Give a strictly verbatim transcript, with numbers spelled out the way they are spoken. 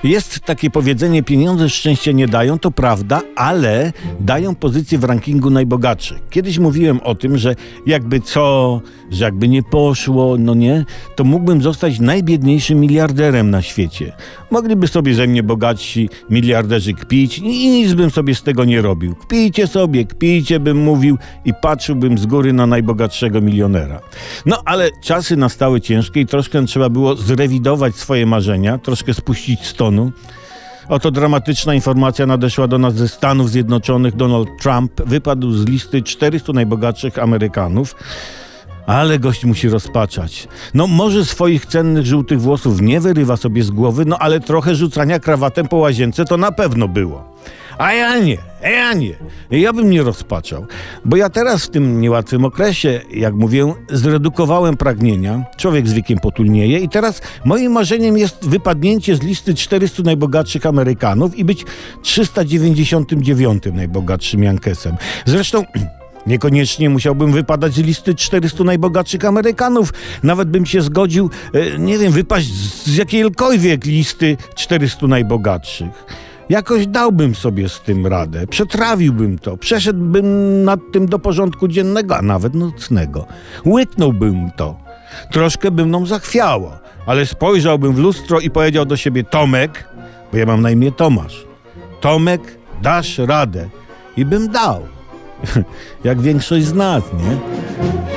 Jest takie powiedzenie, pieniądze szczęścia nie dają, to prawda, ale dają pozycję w rankingu najbogatszych. Kiedyś mówiłem o tym, że jakby co, że jakby nie poszło, no nie, to mógłbym zostać najbiedniejszym miliarderem na świecie. Mogliby sobie ze mnie bogatsi miliarderzy kpić i nic bym sobie z tego nie robił. Kpijcie sobie, kpijcie, bym mówił i patrzyłbym z góry na najbogatszego milionera. No ale czasy nastały ciężkie i troszkę trzeba było zrewidować swoje marzenia, troszkę spuścić z tonu. Oto dramatyczna informacja nadeszła do nas ze Stanów Zjednoczonych. Donald Trump wypadł z listy czterystu najbogatszych Amerykanów. Ale gość musi rozpaczać. No może swoich cennych żółtych włosów nie wyrywa sobie z głowy, no ale trochę rzucania krawatem po łazience to na pewno było. A ja nie, a ja nie. Ja bym nie rozpaczał. Bo ja teraz w tym niełatwym okresie, jak mówię, zredukowałem pragnienia. Człowiek z wiekiem potulnieje i teraz moim marzeniem jest wypadnięcie z listy czterystu najbogatszych Amerykanów i być trzysta dziewięćdziesiątym dziewiątym najbogatszym Jankesem. Zresztą niekoniecznie musiałbym wypadać z listy czterystu najbogatszych Amerykanów. Nawet bym się zgodził, nie wiem, wypaść z jakiejkolwiek listy czterystu najbogatszych. Jakoś dałbym sobie z tym radę, przetrawiłbym to, przeszedłbym nad tym do porządku dziennego, a nawet nocnego. Łyknąłbym to. Troszkę by mną zachwiało, ale spojrzałbym w lustro i powiedział do siebie: Tomek, bo ja mam na imię Tomasz, Tomek, dasz radę. I bym dał. Jak większość z nas, nie?